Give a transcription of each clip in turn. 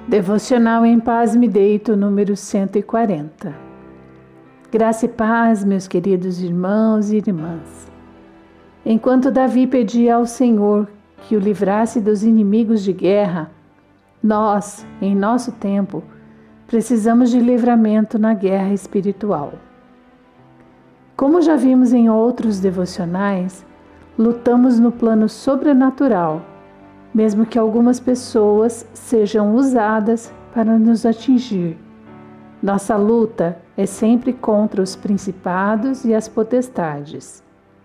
Devocional em Paz Me Deito, número 140. Graça e paz, meus queridos irmãos e irmãs. Enquanto Davi pedia ao Senhor que o livrasse dos inimigos de guerra, nós, em nosso tempo, precisamos de livramento na guerra espiritual. Como já vimos em outros devocionais, lutamos no plano sobrenatural, mesmo que algumas pessoas sejam usadas para nos atingir. Nossa luta é sempre contra os principados e as potestades.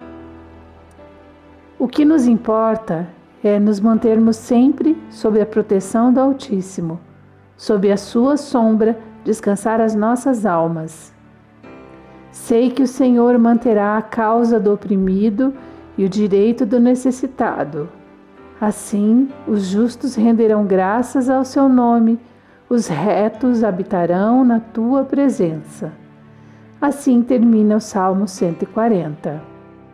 O que nos importa é nos mantermos sempre sob a proteção do Altíssimo, sob a sua sombra descansar as nossas almas. Sei que o Senhor manterá a causa do oprimido e o direito do necessitado. Assim, os justos renderão graças ao seu nome, os retos habitarão na tua presença. Assim termina o Salmo 140.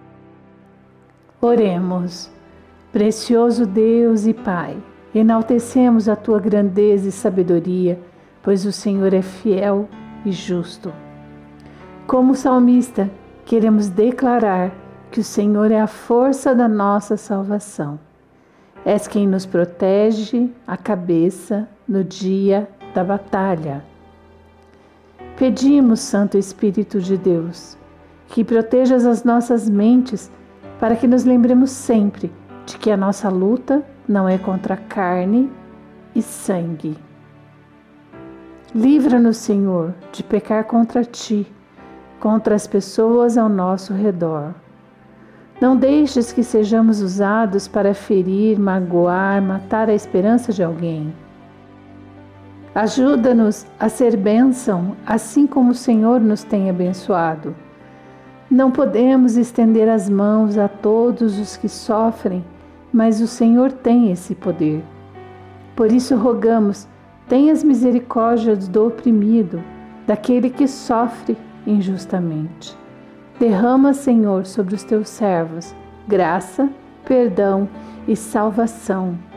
Oremos. Precioso Deus e Pai, enaltecemos a tua grandeza e sabedoria, pois o Senhor é fiel e justo. Como salmista, queremos declarar que o Senhor é a força da nossa salvação. És quem nos protege a cabeça no dia da batalha. Pedimos, Santo Espírito de Deus, que protejas as nossas mentes para que nos lembremos sempre de que a nossa luta não é contra carne e sangue. Livra-nos, Senhor, de pecar contra Ti, contra as pessoas ao nosso redor. Não deixes que sejamos usados para ferir, magoar, matar a esperança de alguém. Ajuda-nos a ser bênção, assim como o Senhor nos tem abençoado. Não podemos estender as mãos a todos os que sofrem, mas o Senhor tem esse poder. Por isso rogamos, tenhas misericórdia do oprimido, daquele que sofre injustamente. Derrama, Senhor, sobre os teus servos graça, perdão e salvação.